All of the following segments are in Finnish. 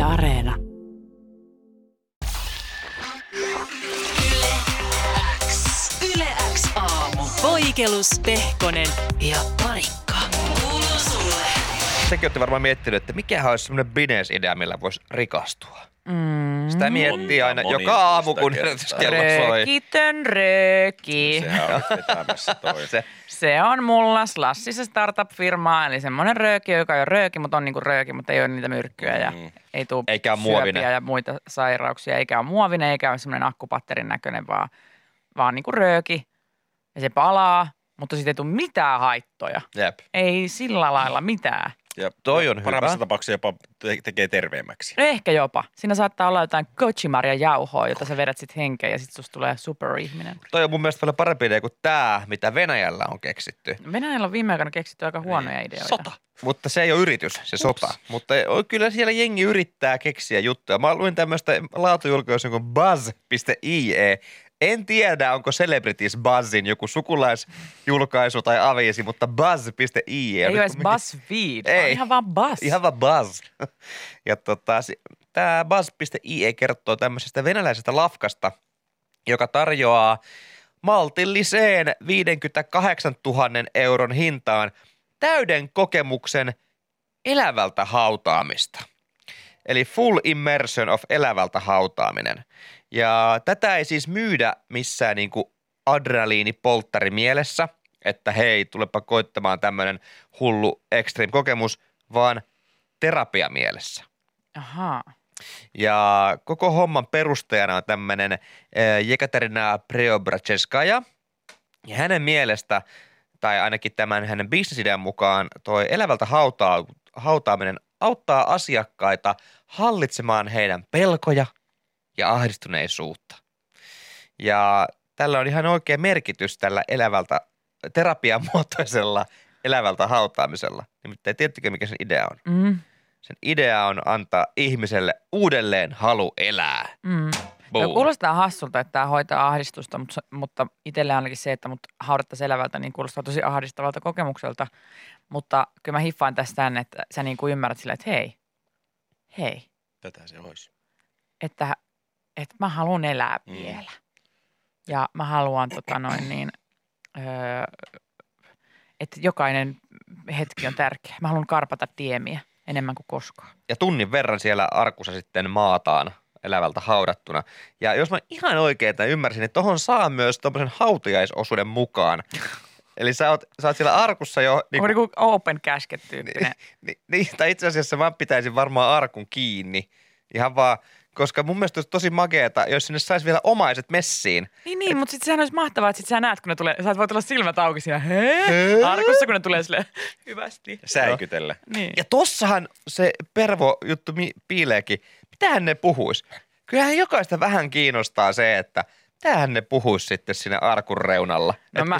Yle Areena. Yle X aamu. Poikelus, Pehkonen ja Parikka. Kuuluu sulle. Säkin olette varmaan miettinyt, että mikähän olisi semmoinen business-idea, millä voisi rikastua. Sitä miettii aina joka aamu, kun herätyskello soi. Röökitön rööki. Sehän on vetämässä toi. Se on mulla Slassissa startup-firmaa, eli semmoinen rööki, joka ei ole rööki, mutta on niinku rööki, mutta ei ole niitä myrkkyjä ja ei tule Eikä ole muovinen. syöpiä ja muita sairauksia, eikä ole muovinen, eikä ole semmoinen akkupatterin näköinen, vaan niinku rööki. Ja se palaa, mutta siitä ei tule mitään haittoja. Jep. Ei sillä lailla mitään. Ja Toi on paremmassa hyvä. tapauksessa jopa tekee terveemmäksi. No ehkä jopa. Siinä saattaa olla jotain gojimaria jauhoa, jota sä vedät sit henkeen ja sit susta tulee superihminen. Toi on mun mielestä paljon parempi idea kuin tää, mitä Venäjällä on keksitty. Venäjällä on viime aikoina keksitty aika huonoja ideoita. Sota. Mutta se ei ole yritys, se sota. Mutta kyllä siellä jengi yrittää keksiä juttuja. Mä luin tämmöistä laatujulkaisua kuin buzz.ie. En tiedä, onko Celebrities Buzzin joku sukulaisjulkaisu tai aviisi, mutta buzz.ie. Ei ole edes BuzzFeed, vaan Ei. ihan vaan Buzz. Ihan vaan Buzz. Ja tämä Buzz.ie kertoo tämmöisestä venäläisestä lafkasta, joka tarjoaa maltilliseen 58 000 euron hintaan täyden kokemuksen elävältä hautaamista. Eli full immersion of elävältä hautaaminen. Ja tätä ei siis myydä missään niinku adrenaliinipolttari mielessä, että hei, tulepa koittamaan tämmöinen hullu extreme kokemus, vaan terapiamielessä. Ahaa. Ja koko homman perustajana on tämmöinen Jekaterina Preobracheskaja. Ja hänen mielestä, tai ainakin tämän hänen bisnesidean mukaan, toi elävältä hautaaminen auttaa asiakkaita hallitsemaan heidän pelkoja ja ahdistuneisuutta. Ja tällä on ihan oikea merkitys tällä elävältä, terapiamuotoisella elävältä hautaamisella. Nimittäin tiedättekö, mikä sen idea on? Sen idea on antaa ihmiselle uudelleen halu elää. No, kuulostaa hassulta, että tämä hoitaa ahdistusta, mutta itselle ainakin se, että mut haudattaisiin elävältä, niin kuulostaa tosi ahdistavalta kokemukselta. Mutta kyllä mä hiffaan tästä tänne, että sä niin kuin ymmärrät silleen, että hei, Tätä se olisi. että mä haluan elää vielä. Ja mä haluan että jokainen hetki on tärkeä. Mä haluan karpata tiemiä enemmän kuin koskaan. Ja tunnin verran siellä arkussa sitten maataan elävältä haudattuna. Ja jos mä ihan oikein ymmärsin, että tohon saa myös tommosen hautajaisosuuden mukaan. Eli sä oot siellä arkussa jo... Onko niin kuin open casket -tyyppinen? Niin, tai itse asiassa mä pitäisin varmaan arkun kiinni. Ihan vaan, koska mun mielestä olisi tosi makeeta, jos sinne saisi vielä omaiset messiin. Niin, mutta sitten sehän olisi mahtavaa, että sit sä näet, kun ne tulee, sä voit olla silmät auki siinä, arkussa, kun ne tulee silleen hyvästi. Säikytellä. Niin. Ja tossahan se pervo-juttu piileekin. Mitähän ne puhuis? Kyllähän jokaista vähän kiinnostaa se, että mitähän ne puhuis sitten siinä arkun reunalla. No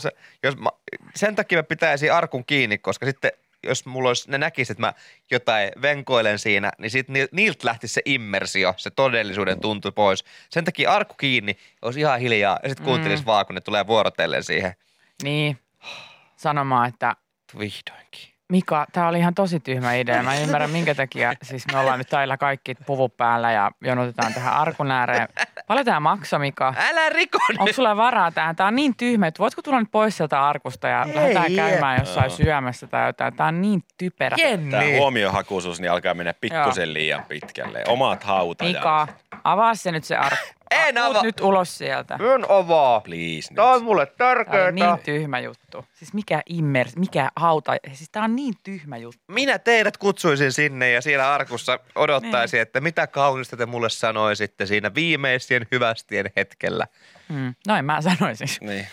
Sen takia mä pitäisin arkun kiinni, koska sitten jos mulla olisi, ne näkisi, että mä jotain venkoilen siinä, niin sitten niiltä lähtisi se immersio, se todellisuuden tuntu pois. Sen takia arkku kiinni, olisi ihan hiljaa ja sitten kuuntelisi vaan, kun ne tulee vuorotellen siihen. Niin, sanomaan, että Vihdoinkin. Mika, tää oli ihan tosi tyhmä idea. Mä en ymmärrä, minkä takia. Siis me ollaan nyt täällä kaikki puvut päällä ja jonotetaan tähän arkun ääreen. Paljon tää maksoi, Mika? Älä riko nyt! Onko sulla varaa tähän? Tää on niin tyhmä, että voitko tulla nyt pois sieltä arkusta ja lähdetään käymään jossain syömässä tai jotain. Tää on niin typerä. Tämä huomiohakuisuus niin alkaa mennä pikkusen liian pitkälle. Omat hautajat. Mika, avaa se nyt se arkku. En Tuut avaa. nyt ulos sieltä. En avaa. Please Tää on nyt. mulle Tää tärkeetä. on niin tyhmä juttu. Siis mikä hauta. Siis tää on niin tyhmä juttu. Minä teidät kutsuisin sinne ja siellä arkussa odottaisin, että mitä kaunista te mulle sanoisitte siinä viimeisien hyvästien hetkellä. Noin mä sanoisin. Niin.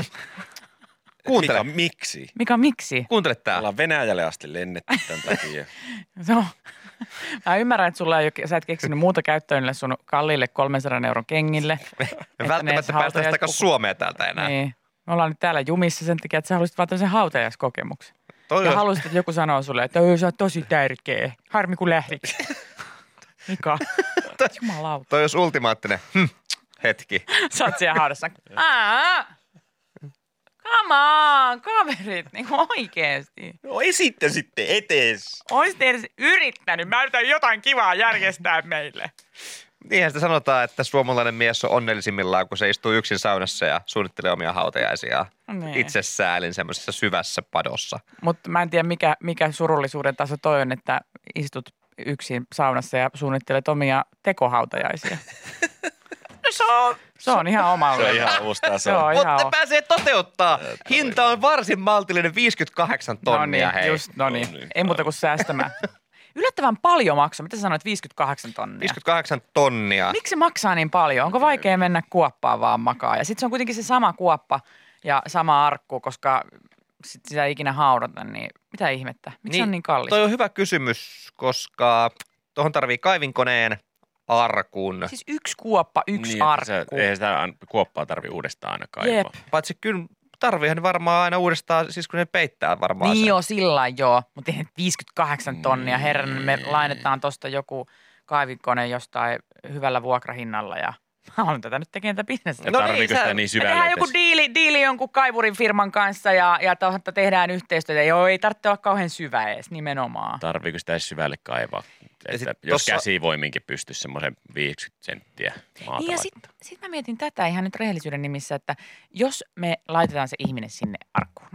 Kuuntele. Mika, miksi? Mika, miksi? Kuuntele tää. Ollaan Venäjälle asti lennetty tämän takia. No, mä ymmärrän, että sä et keksinyt muuta käyttöä niille sun kalliille 300 euron kengille. Me välttämättä päästä takaisin Suomeen täältä enää. Niin. Me ollaan nyt täällä jumissa sen takia, että sä haluaisit vaan tämmöisen hautajaiskokemuksen. Toi Ja on- haluaisit, että joku sanoo sulle, että sä oot tosi tärkeä. Harmi kun lähdit. Mika, jumalauta. Toi olisi ultimaattinen hetki. Sä oot siellä haudassa. Come on, kaverit, niin oikeesti. No esitte sitten etes. Oisitte edes yrittänyt. Mä yritän jotain kivaa järjestää meille. Niinhän sitä sanotaan, että suomalainen mies on onnellisimmillaan, kun se istuu yksin saunassa ja suunnittelee omia hautajaisia Niin. itsesäälin semmoisessa syvässä padossa. Mutta mä en tiedä, mikä surullisuuden taso toi on, että istut yksin saunassa ja suunnittelet omia tekohautajaisia. No se on ihan oma. Se on ihan uusi taso. Se on ihan Mutta pääsee toteuttaa. Hinta on varsin maltillinen, 58 tonnia, hei. No niin, ei muuta kuin säästämään. Yllättävän paljon maksaa. Mitä sä sanoit, 58 tonnia? 58 tonnia. Miksi se maksaa niin paljon? Onko vaikea mennä kuoppaan vaan makaa? Ja sitten se on kuitenkin se sama kuoppa ja sama arkku, koska sit sitä ei ikinä haudata, niin mitä ihmettä? Miksi se on niin kallis? Toi on hyvä kysymys, koska tuohon tarvii kaivinkoneen, arkun. Siis yksi kuoppa, yksi arkku. Eihän sitä kuoppaa tarvitse uudestaan aina kaivaa. Jep. Paitsi kyllä tarviihan varmaan aina uudestaan, siis kun ne peittää varmaan Niin sen. joo, sillä joo. Mutta 58 tonnia, herran, me lainetaan tosta joku kaivinkone jostain hyvällä vuokrahinnalla ja mä olen tätä nyt tekemään tätä bisnestä. Ja No tarviiko niin, sitä sä- niin Me syvälle tehdään joku edes? diili jonkun kaivurin firman kanssa ja tehdään yhteistyötä. Joo, ei tarvitse olla kauhean syvä edes, nimenomaan. Tarviiko sitä edes syvälle kaivaa? Että sit jos tossa- käsivoiminkin pystyisi semmoisen 50 senttiä maata Niin ja laittaa. sit mä mietin tätä ihan nyt rehellisyyden nimissä, että jos me laitetaan se ihminen sinne arkkuun.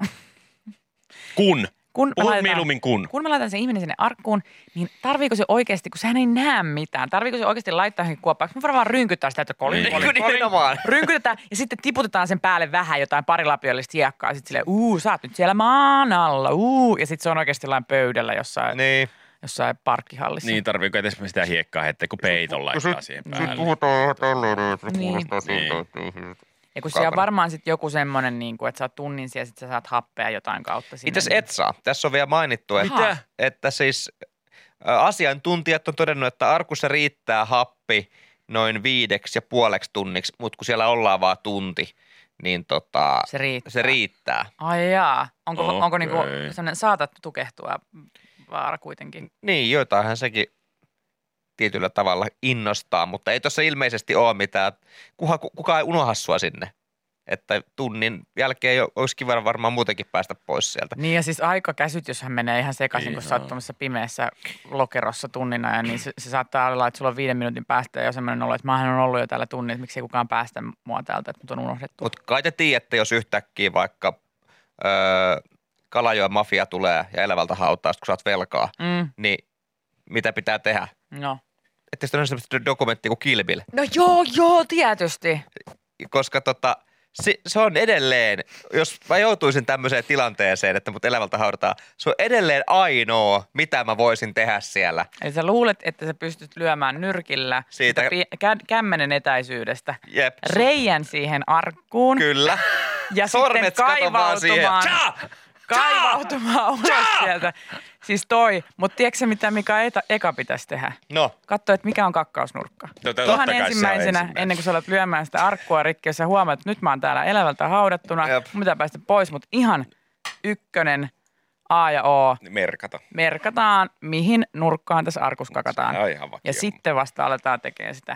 Kun me Puhun laitetaan- mieluummin kun. Kun me laitetaan se ihminen sinne arkkuun, niin tarviiko se oikeasti, kun sehän ei näe mitään, tarviiko se oikeasti laittaa johonkin kuoppaan? Me varmaan rynkyttää sitä, että Niin. Nimenomaan. rynkytetään ja sitten tiputetaan sen päälle vähän jotain parilapiollista hiekkaa. Sitten silleen, sä oot nyt siellä maan alla, ja sitten se on oikeasti jollain pöydällä jossain parkkihallissa. Niin, tarviiko edes sitä hiekkaa heittää, kun peiton laittaa siihen päälle? Puhutaan tälleen, että Niin. kuulostaa siltä, että Ja kun siellä on varmaan sitten joku semmoinen, niin kuin, että sä oot tunnin siellä ja sitten sä saat happea jotain kautta sinne. itse asiassa et saa. Tässä on vielä mainittu, Mitä? että siis asiantuntijat on todennut, että arkussa riittää happi noin 5,5 tunniksi, mutta kun siellä ollaan vaan tunti, niin Se riittää. se riittää. Ai jaa. Onko Okei. niinku sellainen saatat tukehtua vaara kuitenkin? Niin, joitainhan sekin tietyllä tavalla innostaa, mutta ei tuossa ilmeisesti ole mitään. Kukaan ei unoha sua sinne. Että tunnin jälkeen olisi kiva varmaan muutenkin päästä pois sieltä. Niin ja siis aikakäsyt, jos hän menee ihan sekaisin, kun sä oot Ihan. tuommoisessa pimeässä lokerossa tunnina, ja niin se saattaa olla, että sulla on 5 minuutin päästä jo semmoinen olo, että mähän on ollut jo täällä tunnin, että miksei kukaan päästä mua täältä, että mut on unohdettu. Mutta kai te tiedätte, jos yhtäkkiä vaikka Kalajoen mafia tulee ja elävältä hautaa, kun saat velkaa, niin mitä pitää tehdä? No. Että sitten on sellaista dokumenttia kuin Kill Bill. No joo, tietysti. Koska se on edelleen, jos mä joutuisin tämmöiseen tilanteeseen, että mut elävältä haudataan, se on edelleen ainoa, mitä mä voisin tehdä siellä. Eli sä luulet, että sä pystyt lyömään nyrkillä Siitä- kämmenen etäisyydestä Jep. reijän siihen arkkuun Kyllä. ja Sormet sitten kato vaan siihen. kaivautumaan ulos sieltä. Siis mutta tiedätkö sä, mitä Mika eka pitäisi tehdä? No, Katso, että mikä on kakkausnurkka. Totta Ihan kai se on ensimmäisenä, ennen kuin sä alat lyömään sitä arkkua rikki, jos sä huomaat, että nyt mä oon täällä elävältä haudattuna, Jep. mun pitää päästä pois, mutta ihan ykkönen A ja O. Merkata. Merkataan, mihin nurkkaan tässä arkussa kakataan. Se on ihan vakio. Ja sitten vasta aletaan tekemään sitä.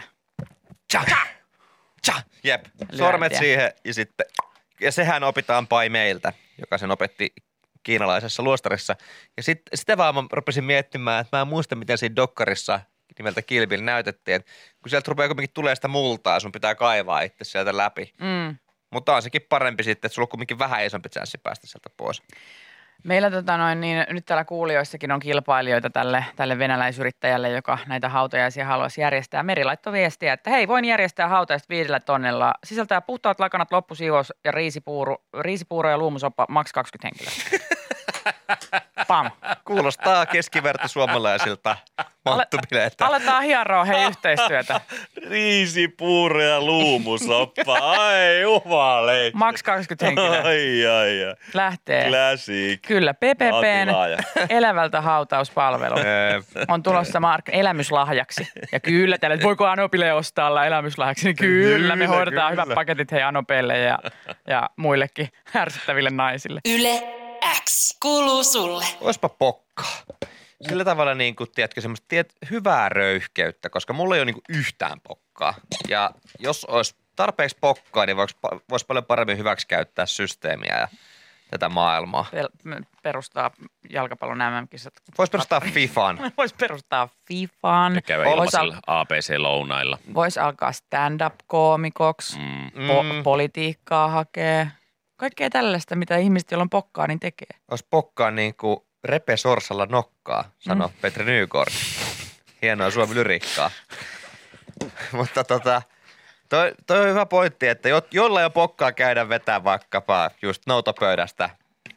jep. Sormet Lyöntiä. siihen ja sitten, ja sehän opitaan by meiltä, joka sen opetti kiinalaisessa luostarissa. Ja sitä vaan mä rupesin miettimään, että mä en muista, miten siinä dokkarissa nimeltä Kill Bill näytettiin. Että kun sieltä rupeaa kuitenkin tulee sitä multaa, sun pitää kaivaa itse sieltä läpi. Mutta on sekin parempi sitten, että sulla on kuitenkin vähän isompi chanssi päästä sieltä pois. Meillä nyt täällä kuulijoissakin on kilpailijoita tälle venäläisyrittäjälle, joka näitä hautajaisia haluaisi järjestää. Meri laittoi viestiä, että hei, voin järjestää hautajaista 5 tonnilla. Sisältää puhtaat lakanat, loppusiivous ja riisipuuro ja luumusoppa, maks 20 henkilöä. Pam. Kuulostaa keskiverto suomalaisilta manttubileiltä. Aletaan hieroa hei yhteistyötä. Riisipuuro ja luumusoppa. Ai jumale. Maks 20 henkilöä. Ai. Lähtee. Classic. Kyllä, PPPn Atilaaja. elävältä hautauspalvelu on tulossa elämyslahjaksi. Ja kyllä, tällä, että voiko Anopille ostaa elämyslahjaksi, niin kyllä me hoidetaan kyllä. hyvät paketit hei Anopelle ja muillekin ärsyttäville naisille. Yle X kuuluu sulle. Oispa pokkaa. Sillä tavalla niin kuin, tiedätkö, semmoista hyvää röyhkeyttä, koska mulla ei ole niin kuin yhtään pokkaa. Ja jos olisi tarpeeksi pokkaa, niin voisi paljon paremmin hyväksikäyttää systeemiä ja tätä maailmaa. Perustaa jalkapallon MM-kisat. Voisi perustaa FIFAn. Voisi perustaa FIFAn. Ja käydä ilmaisilla ABC-lounailla. Voisi alkaa stand-up-koomikoksi, politiikkaa hakee. Kaikkea tällaista, mitä ihmiset, joilla on pokkaa, niin tekee. Olisi pokkaa niin kuin repe sorsalla nokkaa, sanoo Petri Nykort. Hienoa Suomi-lyrikkaa. Mutta toi on hyvä pointti, että jollain on pokkaa käydä vetää vaikkapa just noutopöydästä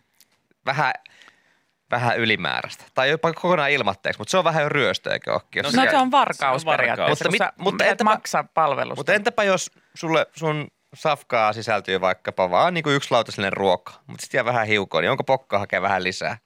vähän ylimääräistä. Tai jopa kokonaan ilmatteeksi, mutta se on vähän jo ryöstö, eikö olekin? No se on varkaus periaatteessa, mutta et maksa palvelusta. Mutta entäpä jos sun safkaa sisältyy vaikkapa vaan niin kuin yksi lautasellinen ruoka, mutta sitten jää vähän hiukoon, niin onko pokkaa hakea vähän lisää?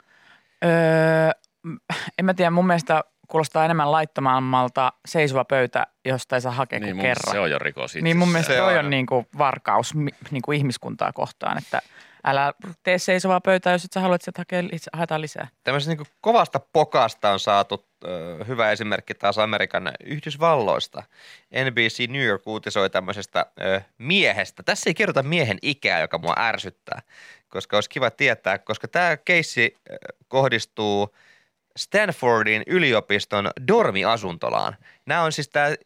En mä tiedä, mun mielestä kuulostaa enemmän laittomammalta seisova pöytä, josta ei saa hakea niin, kuin kerran. Se on jo rikos itse. Niin mun mielestä toi on niin kuin varkaus niin kuin ihmiskuntaa kohtaan, että älä tee seisovaa pöytää, jos et sä haluat, että haetaan lisää. Tämmöisestä niin kovasta pokasta on saatu hyvä esimerkki taas Amerikan Yhdysvalloista. NBC New York uutisoi tämmöisestä miehestä. Tässä ei kerrota miehen ikää, joka mua ärsyttää, koska olisi kiva tietää, koska tämä keissi kohdistuu Stanfordin yliopiston dormiasuntolaan. Nämä on siis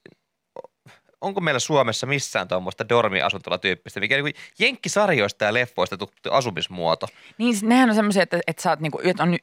onko meillä Suomessa missään tuommoista dormiasuntolatyyppistä, mikä niin jenkkisarjoista ja leffoista tuttu asumismuoto? Niin, nehän on semmoisia, että sä oot niinku, on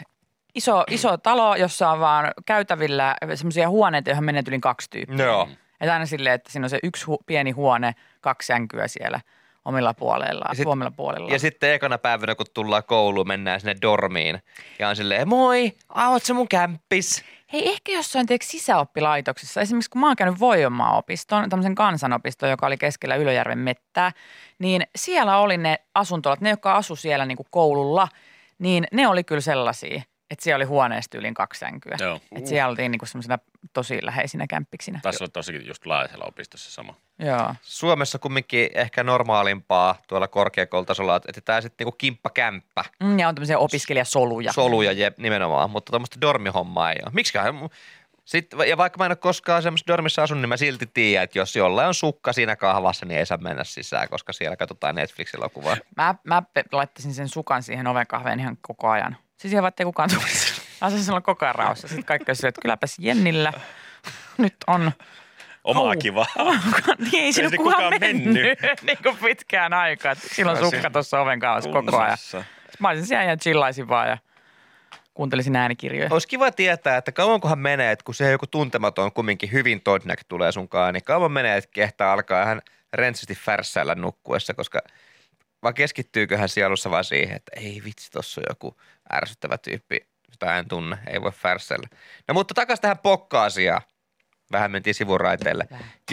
iso talo, jossa on vaan käytävillä semmoisia huoneita, joihin menee yli 2 tyyppiä. Joo. Että aina silleen, että siinä on se yksi pieni huone, 2 sänkyä siellä omilla puolella. Ja sitten ekana päivänä, kun tullaan kouluun, mennään sinne dormiin ja on silleen, moi, oot sä mun kämppis? Hei, ehkä jossain sisäoppilaitoksessa, esimerkiksi kun mä oon käynyt Voijomaa-opiston, tämmöisen kansanopiston, joka oli keskellä Ylöjärven mettää, niin siellä oli ne asuntolat, ne jotka asu siellä niin kuin koululla, niin ne oli kyllä sellaisia, että siellä oli huoneesta yli 2 sänkyä. Että siellä oltiin niin kuin semmoisena tosi läheisinä kämppiksinä. Tässä on tosikin just Laajasella opistossa sama. Joo. Suomessa kumminkin ehkä normaalimpaa tuolla korkeakoulutasolla, että tämä sitten niinku kimppakämppä. Ja on tämmöisiä opiskelijasoluja. Soluja nimenomaan, mutta tuommoista dormihommaa ei ole. Miksiköhän? Sitten, ja vaikka mä en ole koskaan semmoisessa dormissa asunut, niin mä silti tiedän, että jos jollain on sukka siinä kahvassa, niin ei saa mennä sisään, koska siellä katsotaan Netflix-elokuvaa. Mä laittaisin sen sukan siihen ovenkahveen ihan koko ajan. Siis ihan vaikka kukaan tulisi. Asun silloin koko ajan rauhassa. Sitten kaikki on sille, että kylläpäs Jennillä nyt on omaa kivaa. Niin ei siinä kukaan mennyt niin kuin pitkään aikaa. Silloin sukka tuossa ovenkahvassa koko ajan. Mä olisin siellä ja chillaisin vaan ja kuuntelisin äänikirjoja. Olisi kiva tietää, että kauankohan menee, että kun se joku tuntematon kumminkin hyvin todennäköisesti tulee sunkaan, niin kauan menee, että kehtaa alkaa ihan rentsisti färssäillä nukkuessa, koska vaan keskittyyköhän sielussa vaan siihen, että ei vitsi, tossa on joku ärsyttävä tyyppi, jota en tunne, ei voi färssäillä. No mutta takaisin tähän pokka-asiaan. Vähän mentiin sivuraiteille.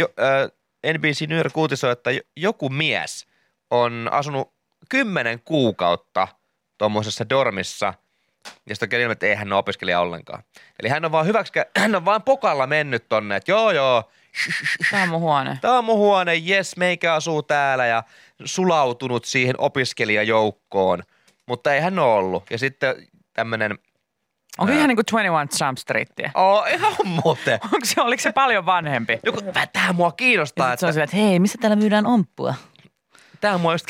NBC New York uutisoi, että joku mies on asunut 10 kuukautta tuommoisessa dormissa, josta on ilme, että ei hän ole opiskelija ollenkaan. Eli hän on vaan pokalla mennyt tonne, että joo. Tämä on mun huone. Tämä on mun huone, jes, meikä asuu täällä ja sulautunut siihen opiskelijajoukkoon, mutta ei hän ole ollut. Ja sitten tämmöinen... Onko ihan niin kuin 21 Jump Streetia? Ihan muuten. Oliko se paljon vanhempi? Tähän mua kiinnostaa. Ja se on sillä, että hei, missä täällä myydään omppua? Tähän mua just...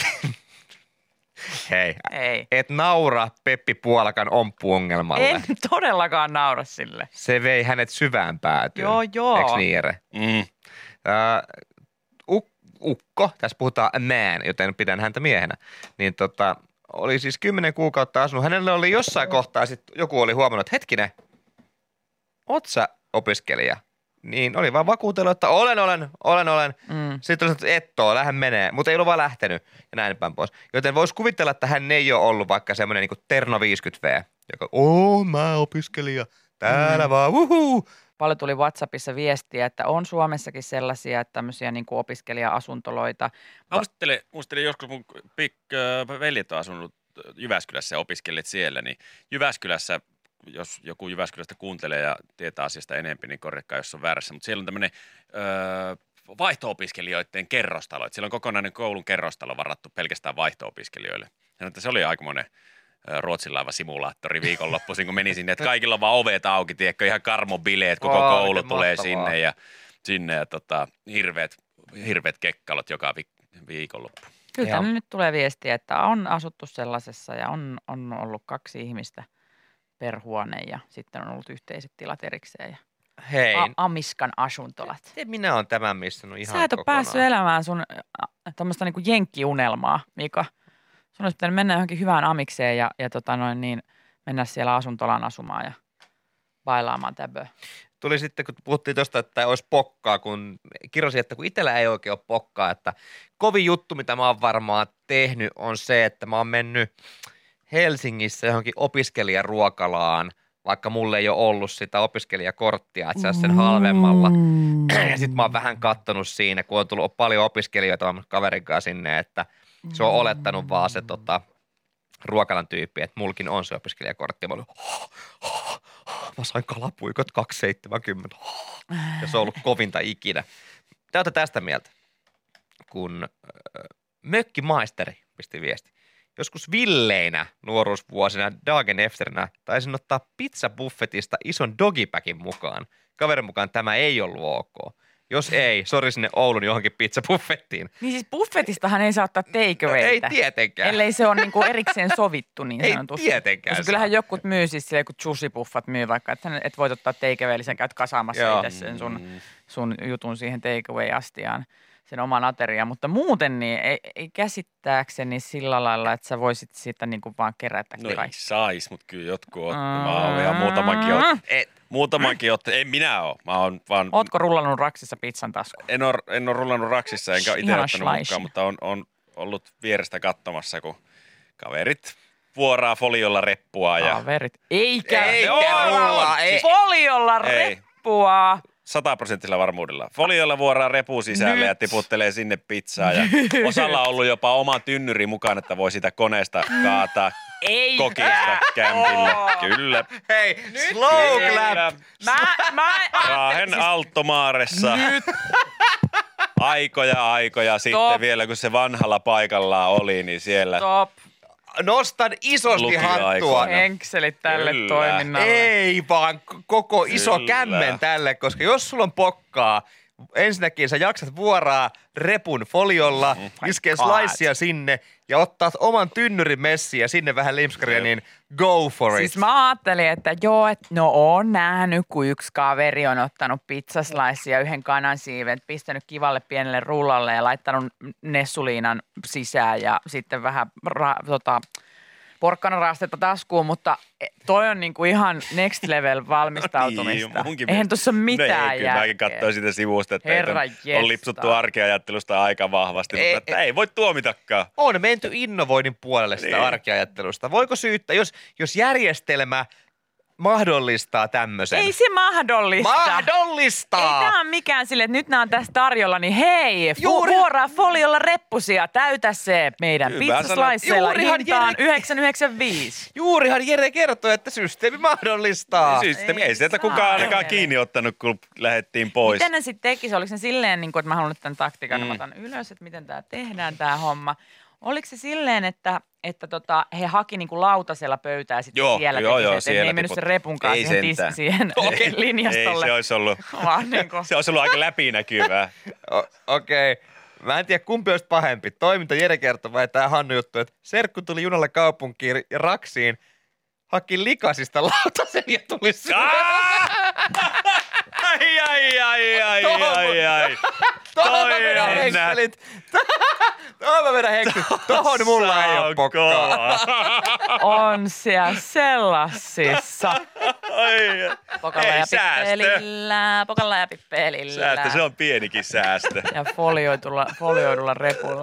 Hei, et naura Peppi Puolakan omppuongelmalle. En todellakaan naura sille. Se vei hänet syvään päätyyn. Joo. Eiks niin, Jere? Ukko, tässä puhutaan man, joten pidän häntä miehenä, niin oli siis 10 kuukautta asunut. Hänellä oli jossain kohtaa sitten joku oli huomannut, että hetkinen, oot sä opiskelija? Niin oli vaan vakuutellut, että olen. Sitten oli sanottu, että lähden menee, mutta ei ollut vaan lähtenyt ja näin päin pois. Joten voisi kuvitella, että hän ei ole ollut vaikka semmoinen niin kuin Terno 50V, joka mä opiskelija, täällä vaan, wuhuu. Paljon tuli WhatsAppissa viestiä, että on Suomessakin sellaisia, että tämmöisiä niin kuin opiskelija-asuntoloita. Mä muistelin joskus mun veljet on asunut Jyväskylässä ja opiskelleet siellä, niin Jyväskylässä, jos joku Jyväskylästä kuuntelee ja tietää asiasta enemmän, niin korjatkaa, jos on väärässä, mutta siellä on tämmöinen vaihto-opiskelijoiden kerrostalo. Että siellä on kokonainen koulun kerrostalo varattu pelkästään vaihto-opiskelijoille. Ja se oli aikamoinen Ruotsin laiva simulaattori viikonloppuisin, kun meni sinne, että kaikilla on vaan ovet auki, tiedätkö, ihan karmobileet, koko koulu tulee sinne ja hirveät hirveät kekkalot joka viikonloppu. Kyllä Joo. tänne nyt tulee viestiä, että on asuttu sellaisessa ja on ollut 2 ihmistä per huone ja sitten on ollut yhteiset tilat erikseen ja Hei, Amiskan asuntolat. miten minä olen tämän missannut ihan Sä et ole kokonaan? päässyt elämään sun tämmöistä niinku jenkkiunelmaa, Mika. Sun olisi pitänyt mennä johonkin hyvään amikseen ja mennä siellä asuntolaan asumaan ja bailaamaan täböä. Tuli sitten, kun puhuttiin tuosta, että olisi pokkaa, kun kirjoisin, että kun itsellä ei oikein ole pokkaa, että kovin juttu, mitä mä oon varmaan tehnyt, on se, että mä oon mennyt Helsingissä johonkin opiskelijaruokalaan, vaikka mulle ei ole ollut sitä opiskelijakorttia, että saisi sen halvemmalla. Ja sitten mä oon vähän kattonut siinä, kun on tullut paljon opiskelijoita, mä oon kaverin kanssa sinne, että se on olettanut vaan se ruokalan tyyppi, että mulkin on se opiskelijakortti. Ja mä olin, mä sain kalapuikot 2,70. Ja se on ollut kovinta ikinä. Mitä olette tästä mieltä? Kun mökkimaisteri pisti viesti. Joskus villeinä nuoruusvuosina dagen efterinä taisin ottaa pizzabuffetista ison dogipäkin mukaan. Kaverin mukaan tämä ei ollut ok. Jos ei, sori sinne Oulun johonkin pizzabuffettiin. Niin siis buffetistahan ei saa ottaa takeawayta. Ei tietenkään. Ellei se ole niinku erikseen sovittu niin Ei sanotusti. tietenkään Koska kyllähän saa. jokut myy siis silleen, kun juicy-buffat myy vaikka, että sä et voit ottaa takeaway, eli sä käyt kasaamassa Joo. itse sen sun jutun siihen takeaway-astiaan, sen oman ateriaan. Mutta muuten niin ei käsittääkseni sillä lailla, että sä voisit siitä niinku vaan kerätä No ei kaikki. sais, mutta kyllä jotkut ottaa. Mä oon ihan muutamankin ottaa. En minä oo. Mä oon vaan... Ootko rullannut raksissa pizzan taskuun? En oo rullannut raksissa, enkä itse Ihana ottanut slice. mukaan, mutta on ollut vierestä katsomassa, kun kaverit vuoraa foliolla reppua ja Kaverit. Eikä rullaa, ei. foliolla Ei. reppua. 100% varmuudella. Foliolla vuoraa repu sisälle Nyt. ja tiputtelee sinne pizzaa. Ja osalla on ollut jopa oma tynnyri mukaan, että voi sitä koneesta kaataa Eikä kokista kämpille. Kyllä. Hei, slow Kyllä. clap. Mä Raahen Alttomaaressa. Aikoja sitten Stop. vielä, kun se vanhalla paikallaan oli, niin siellä Stop. Nostan isosti Lukioaikoina. hattua. Henkselit tälle Kyllä. toiminnalle. Ei vaan koko iso Kyllä. kämmen tälle, koska jos sulla on pokkaa, ensinnäkin sä jaksat vuoraa repun foliolla, iskee God. slicea sinne ja ottaa oman tynnyrin messiin ja sinne vähän limskaria, niin go for it. Siis mä ajattelin, että joo, että no oon nähnyt, kun yksi kaveri on ottanut pizzaslicea, yhden kanansiiven, pistänyt kivalle pienelle rullalle ja laittanut nessuliinan sisään ja sitten vähän porkkanaraastetta taskuun, mutta toi on niinku ihan next level valmistautumista. Niin, munkin Eihän mielestä. tuossa mitään No ei, kyllä mäkin järkeä. katsoin sitä sivusta, että Herra on jestas. lipsuttu arkeajattelusta aika vahvasti, Ei, mutta että ei voi tuomitakaan. On menty innovoinnin puolelle sitä Niin. arkiajattelusta. Voiko syyttää, jos järjestelmä mahdollistaa tämmöisen? Ei se mahdollista. Ei Mahdollistaa! tämä ole mikään sille, että nyt nämä on tässä tarjolla, niin hei, Juuri- vuoraa foliolla reppusia, täytä se meidän Hyvä pizzasliceilla Juurihan hintaan Jere- 9,95. Juurihan Jere kertoi, että systeemi mahdollistaa. Systeemi, ei sieltä Ei kukaan saa. ainakaan kiinni ottanut, kun lähdettiin pois. Miten ne sitten tekisi? Oliko se silleen, niin kuin, että mä haluan nyt tämän taktiikan, mä otan ylös, että miten tämä tehdään tämä homma. Oliko se silleen, että he haki niin kuin lautasella pöytää sitten Joo, siellä joo, teki joo, sen, että ne siellä ei mennyt sen tiput- repun kanssa ei siihen, sentään. siihen linjastolle. Ei, se olisi ollut, Vaan niin kuin, se olisi ollut aika läpinäkyvää. Okei. Mä en tiedä, kumpi olisi pahempi. Toiminta Jere kertoi vai tämä Hannu juttu, että serkku tuli junalla kaupunkiin ja raksiin, haki likasista lautasen ja tuli Ai. Tohon mä Toi vedän on henkselit. Tohon mä vedän henkselit. Tohon mulla ei ole pokkaa. on siellä sellaisissa. Pokalla Hei, ja säästö. pippelillä, pokalla ja pippelillä. Säästö, se on pienikin säästö. Ja folioidulla repulla.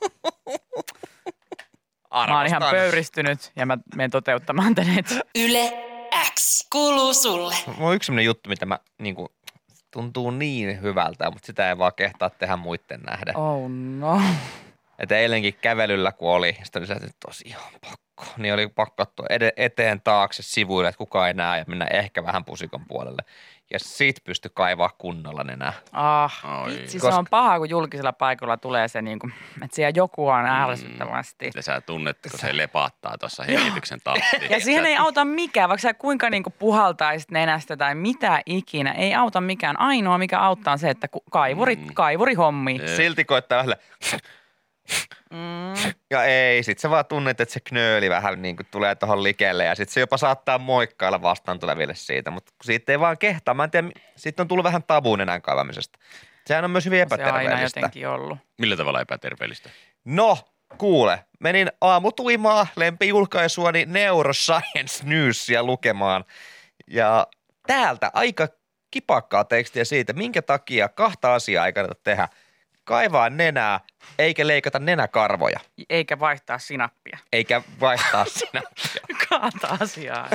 Mä oon ihan pöyristynyt ja mä menen toteuttamaan tän heti. Yle X kuuluu sulle. Mulla on yksi sellainen juttu, mitä mä niinku, tuntuu niin hyvältä, mutta sitä ei vaan kehtaa tehdä muitten nähden. Oh no. Että eilenkin kävelyllä kun oli, sitten oli se, että tosiaan pakko. Niin oli pakko katsoa eteen taakse sivuille, että kukaan ei näe ja mennä ehkä vähän pusikon puolelle. ja sit pysty kaivaa kunnolla nenää. Vitsi, se on paha, kun julkisella paikalla tulee se, niin kuin, että siellä joku on ärsyttävästi. Ja sä tunnet, kun se lepattaa tuossa hengityksen tahtiin. Ja siihen ei auta mikään, vaikka sä kuinka niin kuin puhaltaisit nenästä tai mitä ikinä. Ei auta mikään. Ainoa, mikä auttaa on se, että kaivuri hommi. Silti koittaa vähän ja ei, sit sä vaan tunnet, että se knööli vähän niin kuin tulee tuohon likelle ja sit se jopa saattaa moikkailla vastaan tuleville siitä, mutta siitä ei vaan kehtaa. Mä en tiedä, siitä on tullut vähän tabu nenän kaivamisesta. Sehän on myös hyvin epäterveellistä. Se aina jotenkin ollut. Millä tavalla epäterveellistä? No, kuule, menin aamutuimaa lempijulkaisuani Neuroscience Newsia lukemaan ja täältä aika kipakkaa tekstiä siitä, minkä takia 2 asiaa ei kannata tehdä. Kaivaa nenää, eikä leikata nenäkarvoja. Eikä vaihtaa sinappia. Eikä vaihtaa sinappia. 2 asiaa.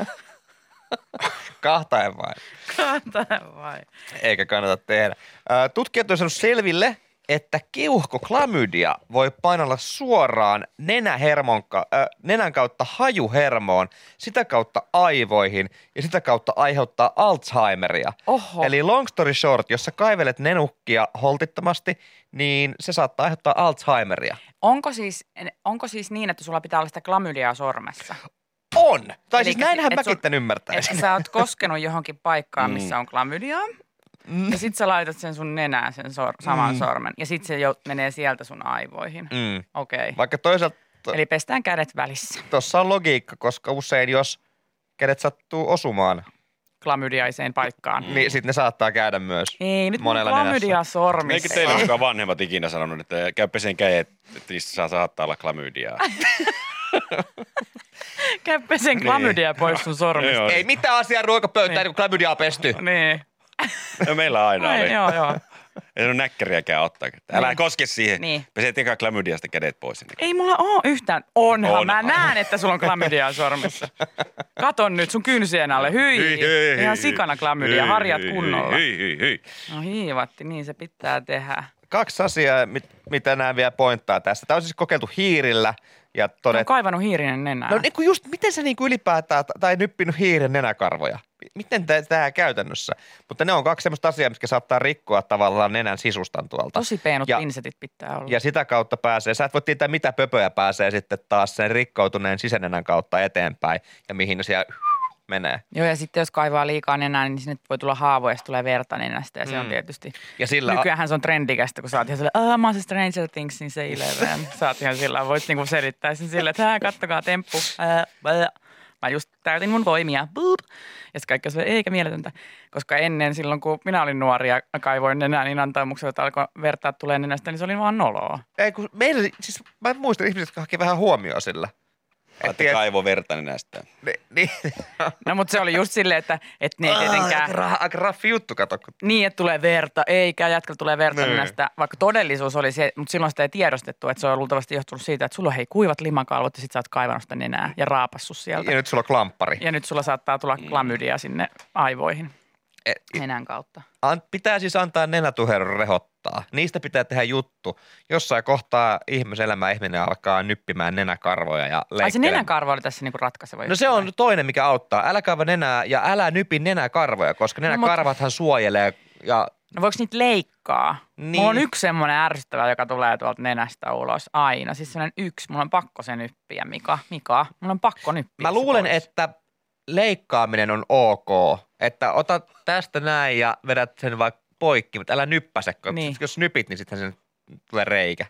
2 vain. 2 vai. Eikä kannata tehdä. Tutkijat on saanut selville, että keuhkoklamydia voi painalla suoraan nenän kautta hajuhermoon, sitä kautta aivoihin ja sitä kautta aiheuttaa Alzheimeria. Oho. Eli long story short, jos sä kaivelet nenukkia holtittomasti, niin se saattaa aiheuttaa Alzheimeria. Onko siis niin, että sulla pitää olla sitä klamydiaa sormessa? On! Tai Eli siis näinhän mäkin tämän ymmärtäisin. Että sä oot koskenut johonkin paikkaan, missä on klamydiaa. Ja sit sä laitat sen sun nenään, sen saman sormen. Ja sit se menee sieltä sun aivoihin. Okei. Vaikka toisaalta Eli pestään kädet välissä. tuossa on logiikka, koska usein jos kädet sattuu osumaan, Klamydiaiseen paikkaan. niin sitten ne saattaa käydä myös Ei, nyt monella klamydia nenässä. sormissa. Eikö teillä mukaan vanhemmat ikinä sanonut, että käy peseen kädet, että niistä saattaa olla klamydiaa? Käy pesen klamydia pois sun sormista. Joo. Ei mitään asiaa ruokapöytään, kun klamydia on pesty. Niin. No, meillä aina oli. Joo. Ei ole näkkäriäkään ottaa. Älä koske siihen. Niin. Pese tekaa klamydiasta kädet pois. Ei mulla oo yhtään. Onhan. Mä näen, että sulla on klamydia sormessa. Katon nyt sun kynsien alle. Hyi. Ihan sikana klamydia. Harjat kunnolla. Hyi. No hiivatti, niin se pitää tehdä. 2 asiaa, mitä nämä vielä pointtaa tässä. Tämä on siis kokeiltu hiirillä ja On todettu. kaivannut hiirinen nenää. No niin kuin just, miten sä niin kuin ylipäätään, tai nyppinyt hiiren nenäkarvoja? Miten tämä käytännössä? Mutta ne on 2 semmoista asiaa, mitkä saattaa rikkoa tavallaan nenän sisustan tuolta. Tosi peenut pinsetit pitää olla. Ja sitä kautta pääsee, sä et voi tietää mitä pöpöjä pääsee sitten taas sen rikkoutuneen sisänenän kautta eteenpäin ja mihin ne siellä menee. Joo, ja sitten jos kaivaa liikaa nenää, niin sinne voi tulla haavoja, ja tulee verta nenästä, ja se on tietysti. Ja sillä Nykyäänhän se on trendikästä, kun sä oot ihan silleen, mä oon se Stranger Thingsin se Eleven. Sä oot ihan sillä, voit niinku selittää sen silleen, että kattokaa temppu. Mä just täytin mun voimia. Boop. Ja sitten kaikki on silleen, eikä mieletöntä. Koska ennen silloin, kun minä olin nuori ja kaivoin nenää, niin antaumukselta alkoi vertaa tulee nenästä, niin se oli vaan noloa. Ei, kun meillä, siis mä muistan ihmiset, jotka haki vähän huomioon sillä. Että kaivo verta nenästä. Niin. No mutta se oli just silleen, että ne ei tietenkään. Aika raffi juttu, kato. Niin, että tulee verta, eikä jätkällä tulee verta nenästä, vaikka todellisuus oli se, mutta silloin sitä ei tiedostettu, että se on luultavasti johtunut siitä, että sulla on kuivat limakalvot ja sit sä oot kaivannut sitä nenää ja raapassut sieltä. Ja nyt sulla on klamppari. Ja nyt sulla saattaa tulla klamydia sinne aivoihin nenän kautta. Pitää siis antaa nenätuheron rehottaa. Niistä pitää tehdä juttu. Jossain kohtaa ihminen alkaa nyppimään nenäkarvoja ja leikkelemään. Ai se nenäkarvo oli tässä niinku ratkaiseva. No se on toinen, mikä auttaa. Älä kaiva nenää ja älä nypi nenäkarvoja, koska nenäkarvathan suojelee ja... No voiko niitä leikkaa? Niin. Mulla on yksi semmoinen ärsyttävä, joka tulee tuolta nenästä ulos aina. Siis semmoinen yksi. Mulla on pakko se nyppiä, Mika. Mulla on pakko nyppiä. Mä luulen, pois. että leikkaaminen on ok. Että ota tästä näin ja vedät sen vaikka poikki, mutta älä nyppäse. Niin. Jos nypit, niin sitten sen tulee reikä.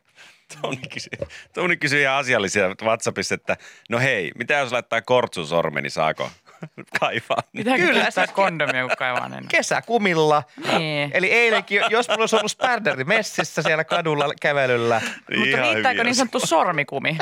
Touni kysyi ihan asiallisia WhatsAppissa, että no hei, mitä jos laittaa kortsun sormen, niin saako kaivaa? Pitääkö Kyllä, käyttää se- kondomia, kun kaivaa nenä? Kesäkumilla. Niin. Eli eilenkin, jos mulla olisi ollut spärderi messissä siellä kadulla kävelyllä. Mutta riittääkö niin sanottu sormikumi?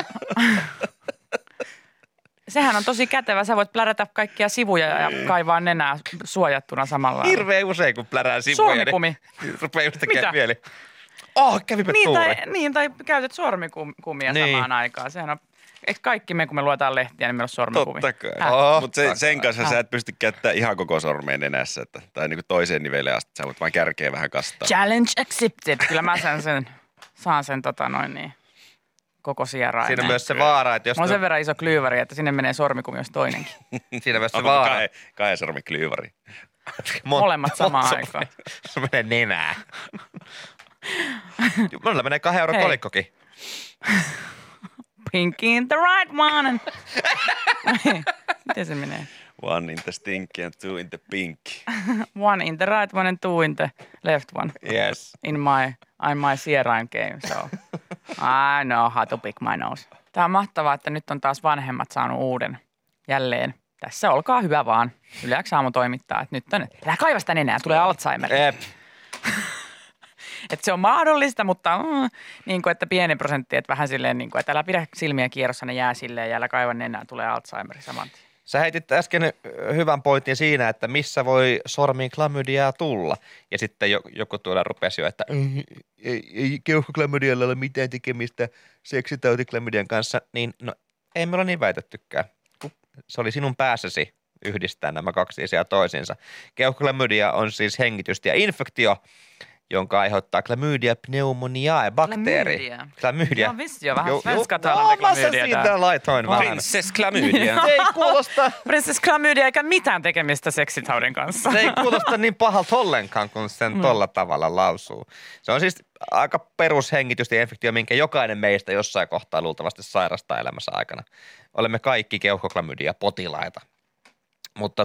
Sehän on tosi kätevä. Sä voit plärätä kaikkia sivuja ja kaivaa nenää suojattuna samalla. Hirveän usein, kun plärää sivuja, Sormikumi. niin rupeaa just Mitä? tekemään mieli. Kävipä tuuri. Tai käytät sormikumia Niin. samaan aikaan. Sehän on, eikö kaikki me, kun me luetaan lehtiä, niin meillä on sormikumi? Totta kai. Oh, Mutta sen kanssa sä et pysty käyttämään ihan koko sormeen nenässä, tai niinku toiseen niveleen asti. Sä voit vain kärkeä vähän kastaa. Challenge accepted. Kyllä mä saan sen koko sieraimeen. Siinä on myös se vaara, että jos... Mulla on sen verran iso klyyväri, että sinne menee sormikumi, jos toinenkin. Siinä myös se Onko vaara. kahden sormen klyyvari? Molemmat samaan aikaan. Se menee nenää. Monella menee 2 € kolikkokin. Pinky in the right one. Miten se menee? 1 in the stinky and 2 in the pink. 1 in the right one and 2 in the left one. Yes. In my Sierrain game, so I know how to pick my nose. Tämä on mahtavaa, että nyt on taas vanhemmat saanut uuden jälleen. Tässä olkaa hyvä vaan. Yle X aamu toimittaa, että nyt on, älä kaiva sitä enää, tulee Alzheimer. Että se on mahdollista, mutta niin kuin, että pieni prosentti, että vähän silleen, niin kuin, että älä pidä silmiä kierrossa, ne jää silleen ja älä kaiva enää, tulee Alzheimer saman tien. Sä heitit äsken hyvän pointin siinä, että missä voi sormiin klamydiaa tulla. Ja sitten joku tuolla rupesi jo, että ei keuhkoklamydialla ole mitään tekemistä seksitautiklamydian kanssa. Niin no ei me olla niin väitettykään. Se oli sinun päässäsi yhdistää nämä 2 asiaa toisiinsa. Keuhkoklamydia on siis hengitys- ja infektio, jonka aiheuttaa Chlamydia pneumoniae bakteeri. Klamydia. Joo, visst jo. Vähän svenskatalan klamydia. Siitä laitoin vähän. Princess Chlamydia. Se ei kuulosta... Princess Chlamydia eikä mitään tekemistä seksitaudin kanssa. Se ei kuulosta niin pahalta ollenkaan, kun sen tolla tavalla lausuu. Se on siis aika perushengitystä ja infektio, minkä jokainen meistä jossain kohtaa luultavasti sairastaa elämässä aikana. Olemme kaikki keuhkoklamydia-potilaita. Mutta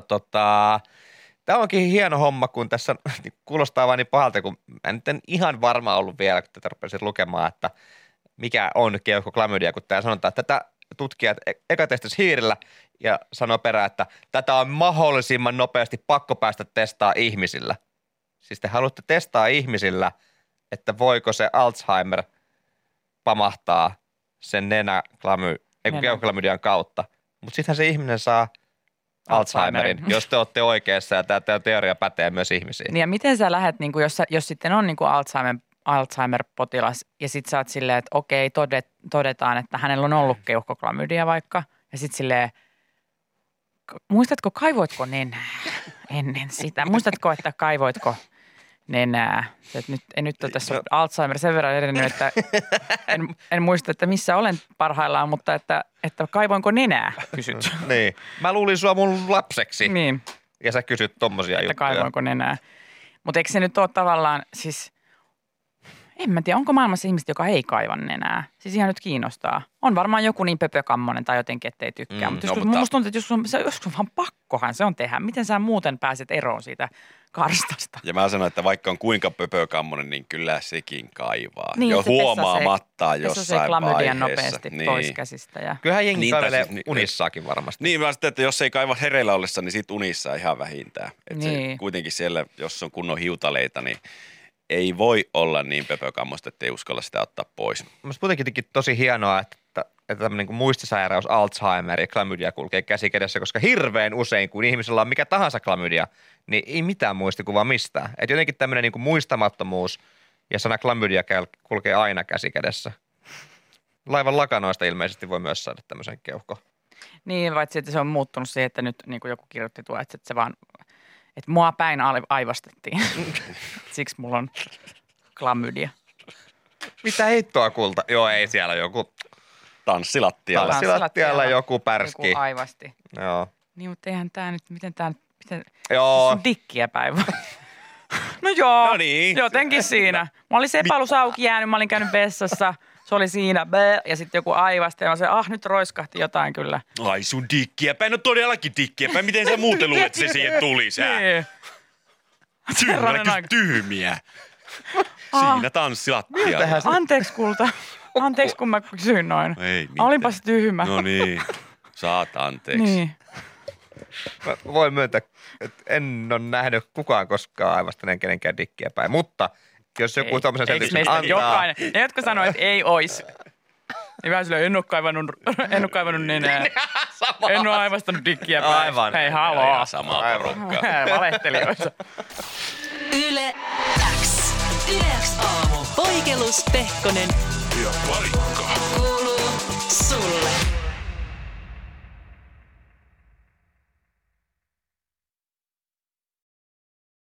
tämä onkin hieno homma, kun tässä kuulostaa vaan niin pahalta, kun mä nyt en ihan varma ollut vielä, kun tätä rupesin lukemaan, että mikä on keuhkoklamydia, kun tämä sanotaan, että tätä tutkijat eka testasi hiirillä ja sanoi perään, että tätä on mahdollisimman nopeasti pakko päästä testaa ihmisillä. Siis te haluatte testaa ihmisillä, että voiko se Alzheimer pamahtaa sen keuhkoklamydian kautta, mutta sittenhän se ihminen saa Alzheimerin, jos te olette oikeassa ja tämä teoria pätee myös ihmisiin. Niin ja miten sä lähdet, niin jos sitten on niin kuin Alzheimer-potilas ja sitten sä oot silleen, että okei, todetaan, että hänellä on ollut keuhkoklamydia vaikka ja sitten silleen, muistatko, kaivoitko nenää ennen sitä? Muistatko, että kaivoitko nenää? Nyt on tässä Alzheimer sen verran edennyt, että en muista, että missä olen parhaillaan, mutta että kaivoinko nenää, kysyt. Niin. Mä luulin sua mun lapseksi. Niin. Ja sä kysyt tommosia juttuja. Että kaivoinko nenää. Mutta eikö se nyt ole tavallaan, siis en mä tiedä, onko maailmassa ihmiset, joka ei kaiva nenää? Siis ihan nyt kiinnostaa. On varmaan joku niin pöpökammonen tai jotenkin, ettei tykkää. Mutta musta tuntuu, että joskus on vaan pakkohan se on tehdä. Miten sä muuten pääset eroon siitä karstasta? Ja mä sanon, että vaikka on kuinka pöpökammonen, niin kyllä sekin kaivaa. Niin, jo se huomaamattaan jossain se klamydian vaiheessa. nopeasti niin. pois käsistä. Ja Kyllähän jengi kaivelee siis, unissaakin varmasti. Niin, mä sitten, että jos ei kaiva hereillä ollessa, niin sit unissa ihan vähintään. Että niin. se kuitenkin siellä, jos on kunnon hiutaleita, niin ei voi olla niin pöpökammosta, ettei uskalla sitä ottaa pois. Mielestäni kuitenkin tosi hienoa, että tämmöinen kuin muistisairaus, Alzheimer ja klamydia kulkee käsi kädessä, koska hirveän usein, kun ihmisellä on mikä tahansa klamydia, niin ei mitään muistikuvaa mistään. Että jotenkin tämmöinen niin kuin muistamattomuus ja sana klamydia kulkee aina käsi kädessä. Laivan lakanoista ilmeisesti voi myös saada tämmöisen keuhko. Niin, vaikka se on muuttunut siihen, että nyt niin kuin joku kirjoitti tuo, että se vaan, että mua päin aivastettiin. Siksi mulla on klamydia. Mitä heittoa kulta? Joo, ei siellä joku Tanssilattialla. Tanssilattialla joku pärski. Joku aivasti. Joo. Niin, mutta eihän tää nyt, miten Joo. Se on dikkiä päivä. No joo, No niin. jotenkin siinä. Mä olin sepalus auki jäänyt, mä olin käynyt vessassa. Se oli siinä, ja sitten joku aivasti. Ja mä sanoin, nyt roiskahti jotain kyllä. Ai sun dikkiäpäin, no todellakin dikkiäpäin. Miten sä muuten luulet, että se siihen tuli, sä? Niin. Tyhmiä. Siinä tanssilattialla. Anteeksi kulta. Anteeksi, kun mä kysyin noin. Ei mitään. Olinpas tyhmä. No niin, saat anteeksi. Niin. Mä voin myöntää, että en ole nähnyt kukaan koskaan aivastaneen kenenkään dikkiä päin, mutta jos joku tommosen selityksen antaa. Jokainen? Ne, jotka sanoo, että ei ois. Niin vähän silleen, en oo kaivannut nenää. En oo aivastanut dikkiä päin. Aivan. Hei, haloo. Samaa porukkaa. Valehtelijoita. Yle X. Yle X aamu. Poikelus, Pehkonen. Ja Marikka. Kuuluu